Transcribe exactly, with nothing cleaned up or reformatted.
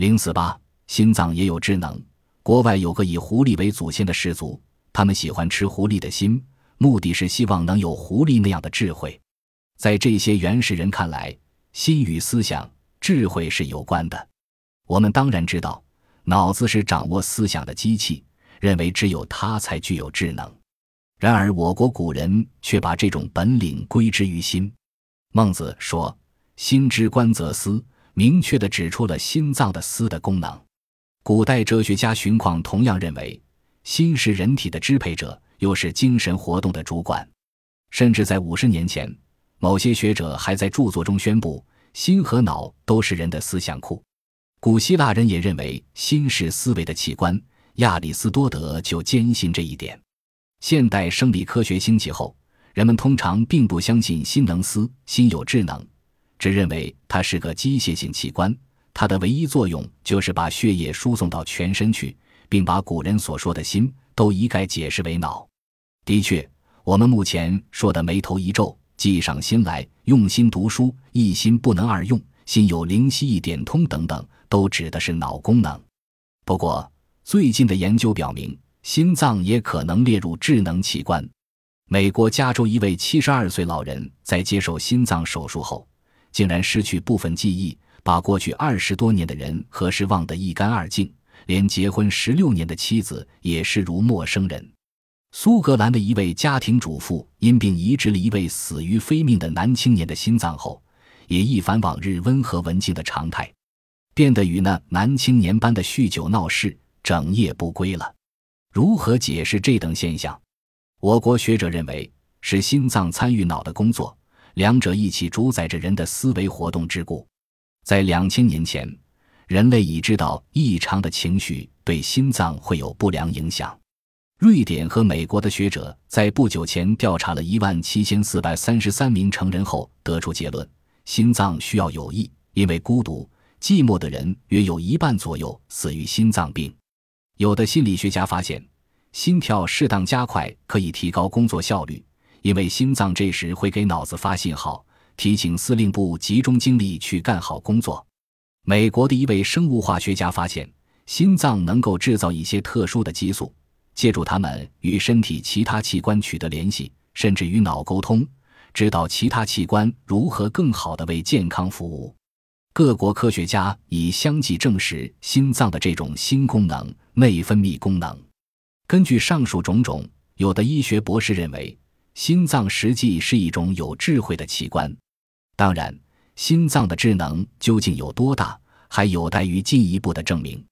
零四八，心脏也有智能。国外有个以狐狸为祖先的氏族，他们喜欢吃狐狸的心，目的是希望能有狐狸那样的智慧。在这些原始人看来，心与思想、智慧是有关的。我们当然知道，脑子是掌握思想的机器，认为只有它才具有智能。然而我国古人却把这种本领归之于心。孟子说：心之官则思，明确地指出了心脏的思的功能。古代哲学家荀况同样认为，心是人体的支配者，又是精神活动的主管。甚至在五十年前，某些学者还在著作中宣布，心和脑都是人的思想库。古希腊人也认为心是思维的器官，亚里斯多德就坚信这一点。现代生理科学兴起后，人们通常并不相信心能思，心有智能，只认为它是个机械性器官，它的唯一作用就是把血液输送到全身去，并把古人所说的心都一概解释为脑。的确，我们目前说的眉头一皱、计上心来、用心读书、一心不能二用、心有灵犀一点通等等，都指的是脑功能。不过，最近的研究表明，心脏也可能列入智能器官。美国加州一位七十二岁老人在接受心脏手术后，竟然失去部分记忆，把过去二十多年的人和事忘得一干二净，连结婚十六年的妻子也视如陌生人。苏格兰的一位家庭主妇因病移植了一位死于非命的男青年的心脏后，也一反往日温和文静的常态，变得与那男青年般的酗酒闹事、整夜不归了。如何解释这等现象？我国学者认为，是心脏参与脑的工作，两者一起主宰着人的思维活动之故。在两千年前，人类已知道异常的情绪对心脏会有不良影响。瑞典和美国的学者在不久前调查了一万七千四百三十三名成人后，得出结论：心脏需要有益，因为孤独、寂寞的人约有一半左右死于心脏病。有的心理学家发现，心跳适当加快可以提高工作效率，因为心脏这时会给脑子发信号，提醒司令部集中精力去干好工作。美国的一位生物化学家发现，心脏能够制造一些特殊的激素，借助它们与身体其他器官取得联系，甚至与脑沟通，指导其他器官如何更好地为健康服务。各国科学家已相继证实心脏的这种新功能、内分泌功能。根据上述种种，有的医学博士认为，心脏实际是一种有智慧的器官。当然，心脏的智能究竟有多大，还有待于进一步的证明。